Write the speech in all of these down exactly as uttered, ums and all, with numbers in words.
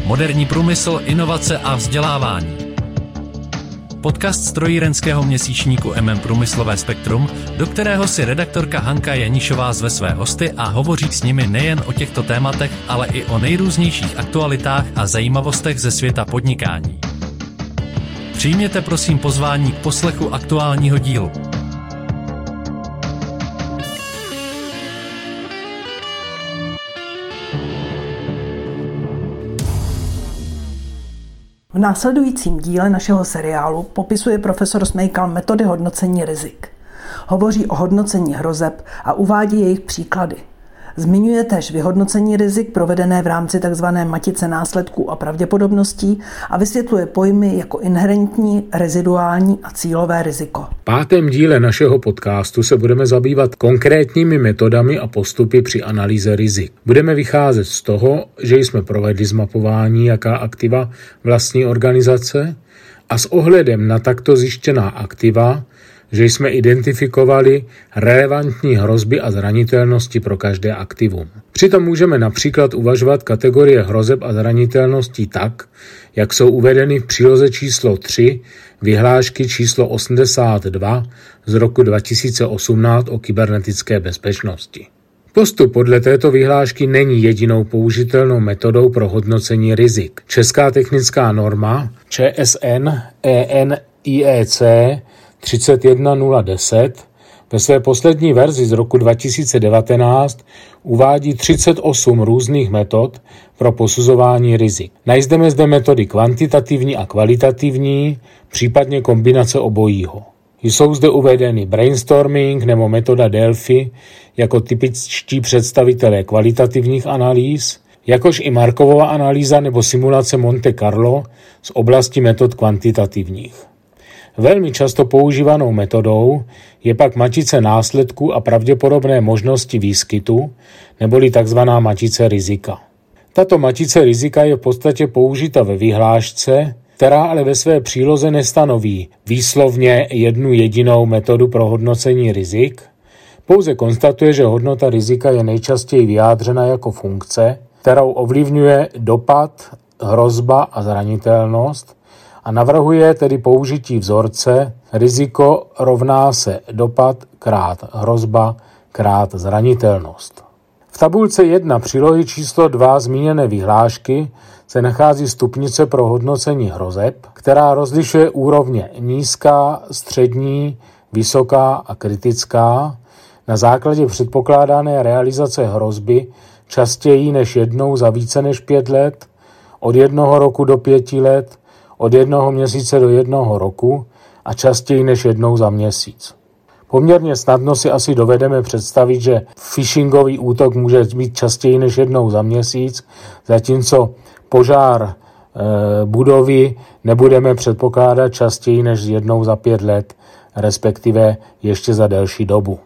Moderní průmysl, inovace a vzdělávání. Podcast strojírenského měsíčníku M M Průmyslové spektrum, do kterého si redaktorka Hanka Janišová zve své hosty a hovoří s nimi nejen o těchto tématech, ale i o nejrůznějších aktualitách a zajímavostech ze světa podnikání. Přijměte prosím pozvání k poslechu aktuálního dílu. V následujícím díle našeho seriálu popisuje profesor Smejkal metody hodnocení rizik. Hovoří o hodnocení hrozeb a uvádí jejich příklady. Zmiňuje též vyhodnocení rizik provedené v rámci tzv. Matice následků a pravděpodobností a vysvětluje pojmy jako inherentní, reziduální a cílové riziko. V pátém díle našeho podcastu se budeme zabývat konkrétními metodami a postupy při analýze rizik. Budeme vycházet z toho, že jsme provedli zmapování, jaká aktiva vlastní organizace, a s ohledem na takto zjištěná aktiva, že jsme identifikovali relevantní hrozby a zranitelnosti pro každé aktivum. Přitom můžeme například uvažovat kategorie hrozeb a zranitelností tak, jak jsou uvedeny v příloze číslo tři vyhlášky číslo osmdesát dva z roku dva tisíce osmnáct o kybernetické bezpečnosti. Postup podle této vyhlášky není jedinou použitelnou metodou pro hodnocení rizik. Česká technická norma ČSN E N I E C třicet jedna nula deset ve své poslední verzi z roku dva tisíce devatenáct uvádí třicet osm různých metod pro posuzování rizik. Najdeme zde metody kvantitativní a kvalitativní, případně kombinace obojího. Jsou zde uvedeny brainstorming nebo metoda Delphi jako typičtí představitelé kvalitativních analýz, jakož i Markovova analýza nebo simulace Monte Carlo z oblasti metod kvantitativních. Velmi často používanou metodou je pak matice následků a pravděpodobné možnosti výskytu, neboli tzv. Matice rizika. Tato matice rizika je v podstatě použita ve vyhlášce, která ale ve své příloze nestanoví výslovně jednu jedinou metodu pro hodnocení rizik, pouze konstatuje, že hodnota rizika je nejčastěji vyjádřena jako funkce, kterou ovlivňuje dopad, hrozba a zranitelnost, a navrhuje tedy použití vzorce riziko rovná se dopad krát hrozba krát zranitelnost. V tabulce jedna přílohy číslo dva zmíněné vyhlášky se nachází stupnice pro hodnocení hrozeb, která rozlišuje úrovně nízká, střední, vysoká a kritická na základě předpokládané realizace hrozby častěji než jednou za více než pět let, od jednoho roku do pěti let, od jednoho měsíce do jednoho roku a častěji než jednou za měsíc. Poměrně snadno si asi dovedeme představit, že phishingový útok může být častěji než jednou za měsíc, zatímco požár e, budovy nebudeme předpokládat častěji než jednou za pět let, respektive ještě za delší dobu.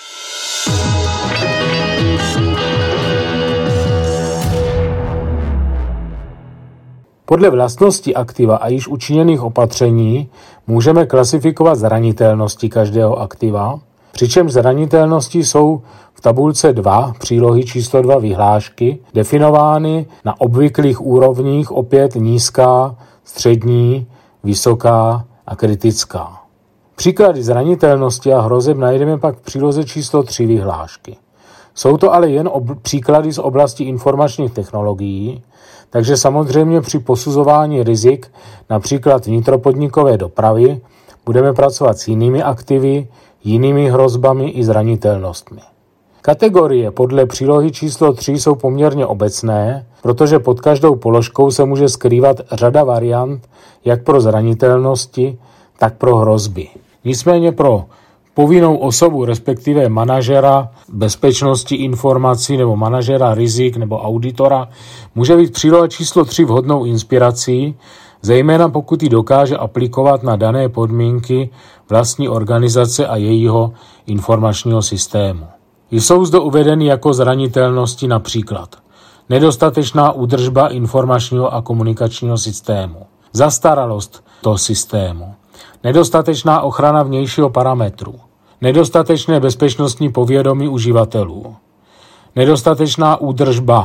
Podle vlastností aktiva a již učiněných opatření můžeme klasifikovat zranitelnosti každého aktiva, přičemž zranitelnosti jsou v tabulce dva přílohy číslo dva vyhlášky definovány na obvyklých úrovních opět nízká, střední, vysoká a kritická. Příklady zranitelnosti a hrozeb najdeme pak v příloze číslo tři vyhlášky. Jsou to ale jen ob- příklady z oblasti informačních technologií, takže samozřejmě při posuzování rizik, například vnitropodnikové dopravy, budeme pracovat s jinými aktivy, jinými hrozbami i zranitelnostmi. Kategorie podle přílohy číslo tři jsou poměrně obecné, protože pod každou položkou se může skrývat řada variant jak pro zranitelnosti, tak pro hrozby. Nicméně pro povinnou osobu, respektive manažera bezpečnosti informací nebo manažera rizik nebo auditora, může být příloha číslo tři vhodnou inspirací, zejména pokud ji dokáže aplikovat na dané podmínky vlastní organizace a jejího informačního systému. Jsou zde uvedeny jako zranitelnosti například nedostatečná údržba informačního a komunikačního systému, zastaralost toho systému, nedostatečná ochrana vnějšího parametru, nedostatečné bezpečnostní povědomí uživatelů, nedostatečná údržba,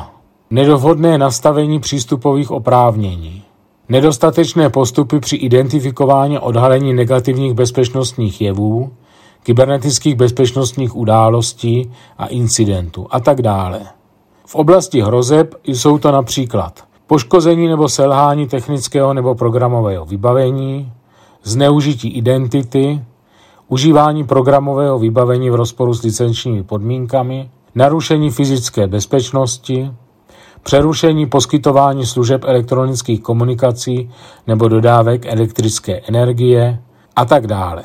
nedovhodné nastavení přístupových oprávnění, nedostatečné postupy při identifikování a odhalení negativních bezpečnostních jevů, kybernetických bezpečnostních událostí a incidentů a tak dále. V oblasti hrozeb jsou to například poškození nebo selhání technického nebo programového vybavení, zneužití identity, užívání programového vybavení v rozporu s licenčními podmínkami, narušení fyzické bezpečnosti, přerušení poskytování služeb elektronických komunikací nebo dodávek elektrické energie a tak dále.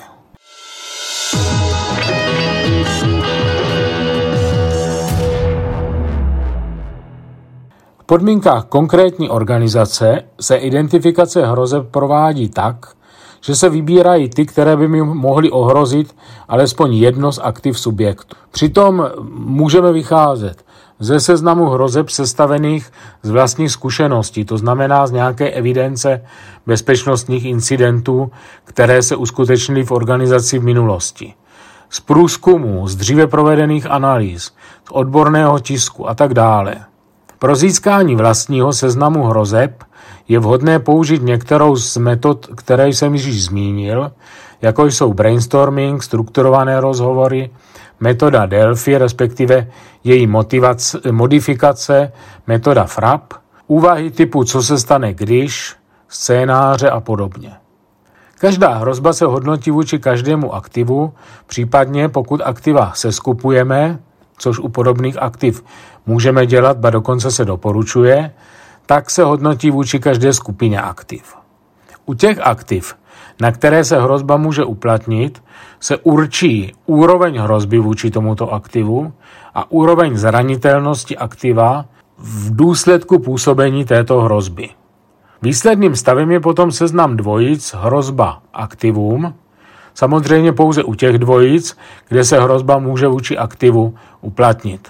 V podmínkách konkrétní organizace se identifikace hrozeb provádí tak, že se vybírají ty, které by mi mohly ohrozit alespoň jedno z aktiv subjektu. Přitom můžeme vycházet ze seznamu hrozeb sestavených z vlastních zkušeností, to znamená z nějaké evidence bezpečnostních incidentů, které se uskutečnily v organizaci v minulosti. Z průzkumů, z dříve provedených analýz, z odborného tisku a tak dále. Pro získání vlastního seznamu hrozeb je vhodné použít některou z metod, které jsem již zmínil, jako jsou brainstorming, strukturované rozhovory, metoda Delphi, respektive její motivace, modifikace, metoda F R A P, úvahy typu co se stane když, scénáře a podobně. Každá hrozba se hodnotí vůči každému aktivu, případně pokud aktiva seskupujeme, což u podobných aktiv můžeme dělat, ba dokonce se doporučuje, tak se hodnotí vůči každé skupině aktiv. U těch aktiv, na které se hrozba může uplatnit, se určí úroveň hrozby vůči tomuto aktivu a úroveň zranitelnosti aktiva v důsledku působení této hrozby. Výsledným stavem je potom seznam dvojic hrozba aktivům, samozřejmě pouze u těch dvojic, kde se hrozba může vůči aktivu uplatnit.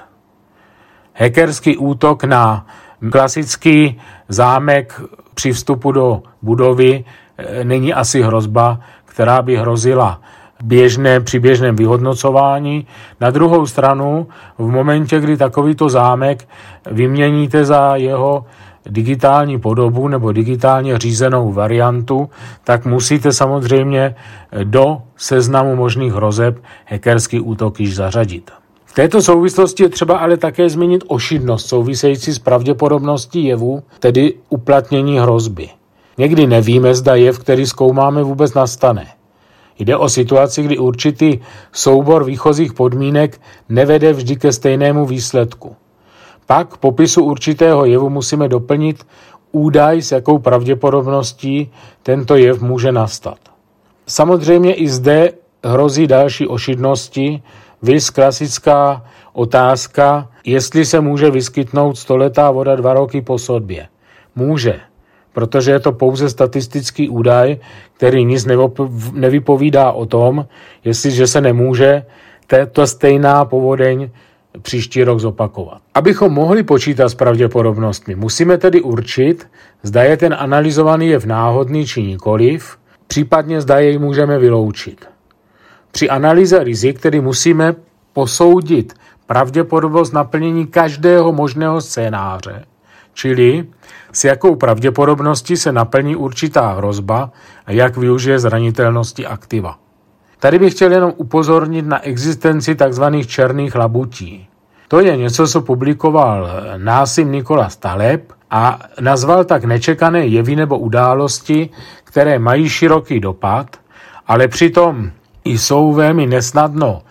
Hackerský útok na klasický zámek při vstupu do budovy není asi hrozba, která by hrozila běžné, při běžném vyhodnocování. Na druhou stranu, v momentě, kdy takovýto zámek vyměníte za jeho digitální podobu nebo digitálně řízenou variantu, tak musíte samozřejmě do seznamu možných hrozeb hackerský útok již zařadit. V této souvislosti je třeba ale také zmínit ošidnost související s pravděpodobností jevu, tedy uplatnění hrozby. Někdy nevíme, zda jev, který zkoumáme, vůbec nastane. Jde o situaci, kdy určitý soubor výchozích podmínek nevede vždy ke stejnému výsledku. Pak k popisu určitého jevu musíme doplnit údaj, s jakou pravděpodobností tento jev může nastat. Samozřejmě i zde hrozí další ošidnosti, viz klasická otázka, jestli se může vyskytnout stoletá voda dva roky po sobě. Může, protože je to pouze statistický údaj, který nic nevypovídá o tom, jestliže se nemůže tato stejná povodeň příští rok zopakovat. Abychom mohli počítat s pravděpodobnostmi, musíme tedy určit, zda je ten analyzovaný jev náhodný či nikoliv, případně zda jej můžeme vyloučit. Při analýze rizik tedy musíme posoudit pravděpodobnost naplnění každého možného scénáře, čili s jakou pravděpodobností se naplní určitá hrozba a jak využije zranitelnosti aktiva. Tady bych chtěl jenom upozornit na existenci tzv. Černých labutí. To je něco, co publikoval Nassim Nicholas Taleb a nazval tak nečekané jevy nebo události, které mají široký dopad, ale přitom i jsou velmi nesnadno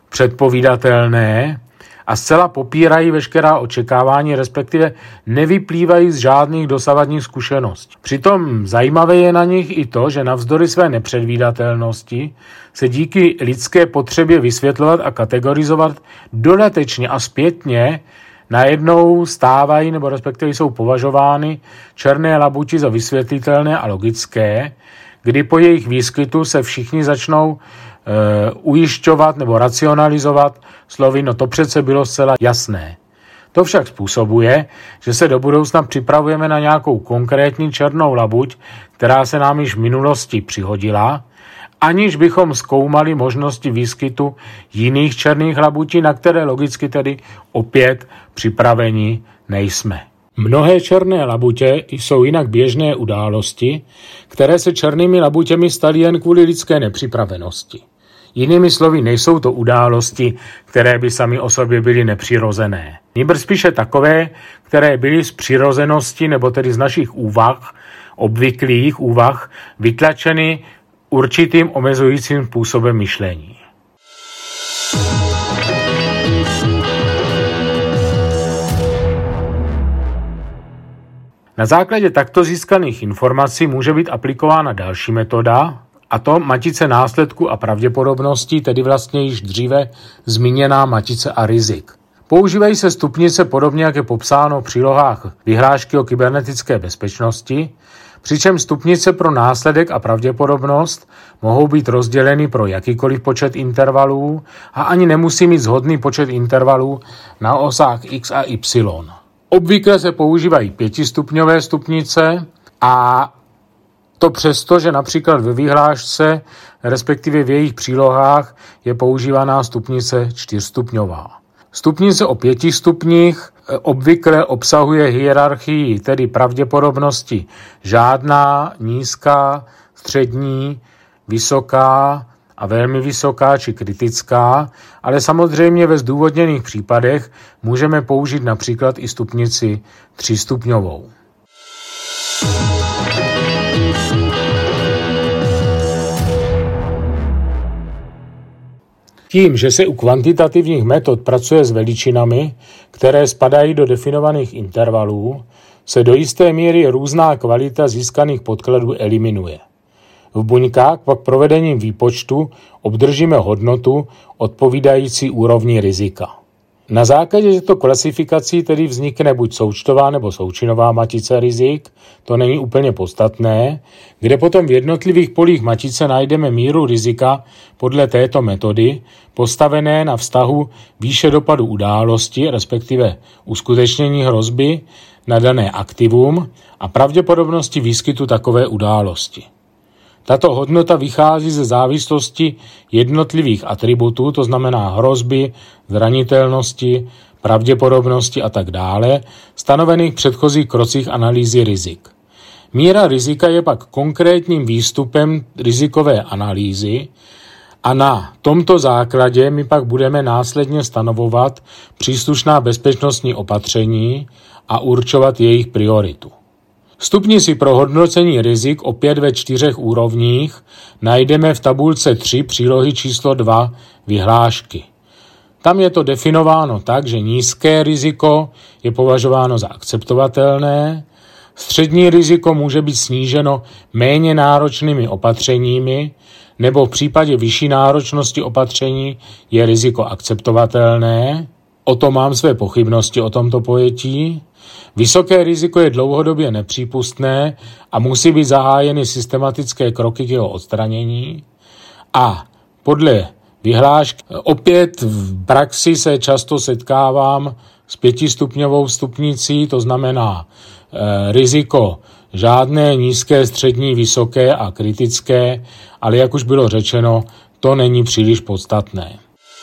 předpovídatelné a zcela popírají veškerá očekávání, respektive nevyplývají z žádných dosavadních zkušeností. Přitom zajímavé je na nich i to, že navzdory své nepředvídatelnosti se díky lidské potřebě vysvětlovat a kategorizovat dodatečně a zpětně najednou stávají nebo respektive jsou považovány černé labuti za vysvětlitelné a logické, kdy po jejich výskytu se všichni začnou e, ujišťovat nebo racionalizovat slovy, no to přece bylo zcela jasné. To však způsobuje, že se do budoucna připravujeme na nějakou konkrétní černou labuť, která se nám již v minulosti přihodila, aniž bychom zkoumali možnosti výskytu jiných černých labutí, na které logicky tedy opět připraveni nejsme. Mnohé černé labutě jsou jinak běžné události, které se černými labutěmi staly jen kvůli lidské nepřipravenosti. Jinými slovy, nejsou to události, které by sami o sobě byly nepřirozené. Nýbrž spíše takové, které byly z přirozenosti nebo tedy z našich úvah, obvyklých úvah, vytlačeny určitým omezujícím způsobem myšlení. Na základě takto získaných informací může být aplikována další metoda, a to matice následků a pravděpodobností, tedy vlastně již dříve zmíněná matice a rizik. Používají se stupnice podobně, jak je popsáno v přílohách vyhlášky o kybernetické bezpečnosti, přičemž stupnice pro následek a pravděpodobnost mohou být rozděleny pro jakýkoliv počet intervalů a ani nemusí mít shodný počet intervalů na osách x a y. Obvykle se používají pětistupňové stupnice a to přesto, že například ve vyhlášce, respektive v jejich přílohách, je používaná stupnice čtyřstupňová. Stupnice o pěti stupních obvykle obsahuje hierarchii, tedy pravděpodobnosti žádná, nízká, střední, vysoká a velmi vysoká či kritická, ale samozřejmě ve zdůvodněných případech můžeme použít například i stupnici třístupňovou. Tím, že se u kvantitativních metod pracuje s veličinami, které spadají do definovaných intervalů, se do jisté míry různá kvalita získaných podkladů eliminuje. V buňkách pak provedením výpočtu obdržíme hodnotu odpovídající úrovni rizika. Na základě těchto klasifikací tedy vznikne buď součtová nebo součinová matice rizik, to není úplně podstatné, kde potom v jednotlivých polích matice najdeme míru rizika podle této metody, postavené na vztahu výše dopadu události, respektive uskutečnění hrozby na dané aktivum a pravděpodobnosti výskytu takové události. Tato hodnota vychází ze závislosti jednotlivých atributů, to znamená hrozby, zranitelnosti, pravděpodobnosti a tak dále, stanovených v předchozích krocích analýzy rizik. Míra rizika je pak konkrétním výstupem rizikové analýzy a na tomto základě my pak budeme následně stanovovat příslušná bezpečnostní opatření a určovat jejich prioritu. Stupnici pro hodnocení rizik opět ve čtyřech úrovních najdeme v tabulce tři přílohy číslo dva vyhlášky. Tam je to definováno tak, že nízké riziko je považováno za akceptovatelné, střední riziko může být sníženo méně náročnými opatřeními, nebo v případě vyšší náročnosti opatření je riziko akceptovatelné. O tom mám své pochybnosti o tomto pojetí. Vysoké riziko je dlouhodobě nepřípustné a musí být zahájeny systematické kroky k jeho odstranění. A podle vyhlášky opět v praxi se často setkávám s pětistupňovou stupnicí, to znamená e, riziko žádné, nízké, střední, vysoké a kritické, ale jak už bylo řečeno, to není příliš podstatné.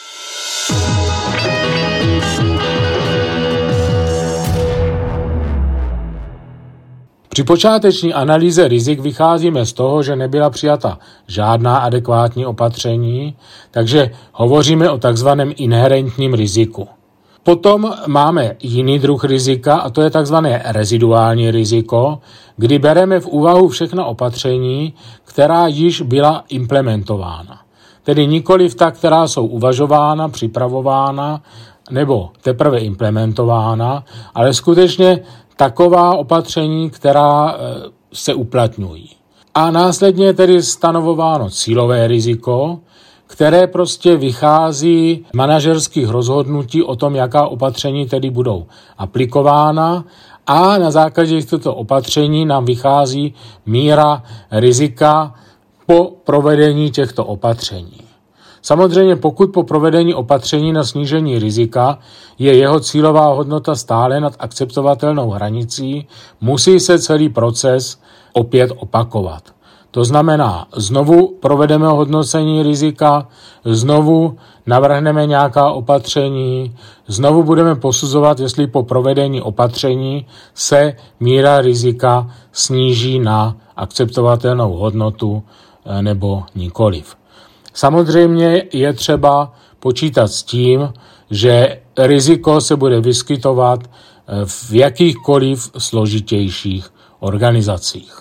Při počáteční analýze rizik vycházíme z toho, že nebyla přijata žádná adekvátní opatření, takže hovoříme o takzvaném inherentním riziku. Potom máme jiný druh rizika a to je takzvané reziduální riziko, kdy bereme v úvahu všechna opatření, která již byla implementována. Tedy nikoliv ta, která jsou uvažována, připravována nebo teprve implementována, ale skutečně taková opatření, která se uplatňují. A následně je tedy stanovováno cílové riziko, které prostě vychází z manažerských rozhodnutí o tom, jaká opatření tedy budou aplikována a na základě těchto opatření nám vychází míra rizika po provedení těchto opatření. Samozřejmě pokud po provedení opatření na snížení rizika je jeho cílová hodnota stále nad akceptovatelnou hranicí, musí se celý proces opět opakovat. To znamená, znovu provedeme hodnocení rizika, znovu navrhneme nějaká opatření, znovu budeme posuzovat, jestli po provedení opatření se míra rizika sníží na akceptovatelnou hodnotu nebo nikoliv. Samozřejmě je třeba počítat s tím, že riziko se bude vyskytovat v jakýchkoliv složitějších organizacích.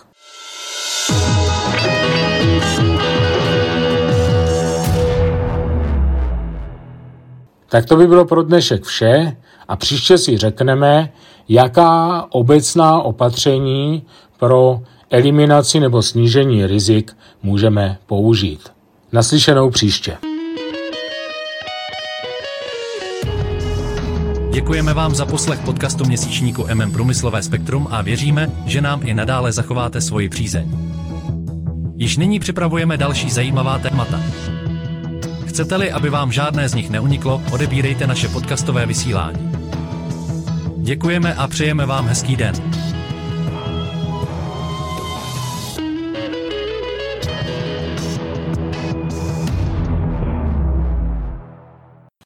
Tak to by bylo pro dnešek vše a příště si řekneme, jaká obecná opatření pro eliminaci nebo snížení rizik můžeme použít. Naslyšenou příště. Děkujeme vám za poslech podcastu měsíčníku M M Průmyslové spektrum a věříme, že nám i nadále zachováte svoji přízeň. Již nyní připravujeme další zajímavá témata. Chcete-li, aby vám žádné z nich neuniklo, odebírejte naše podcastové vysílání. Děkujeme a přejeme vám hezký den.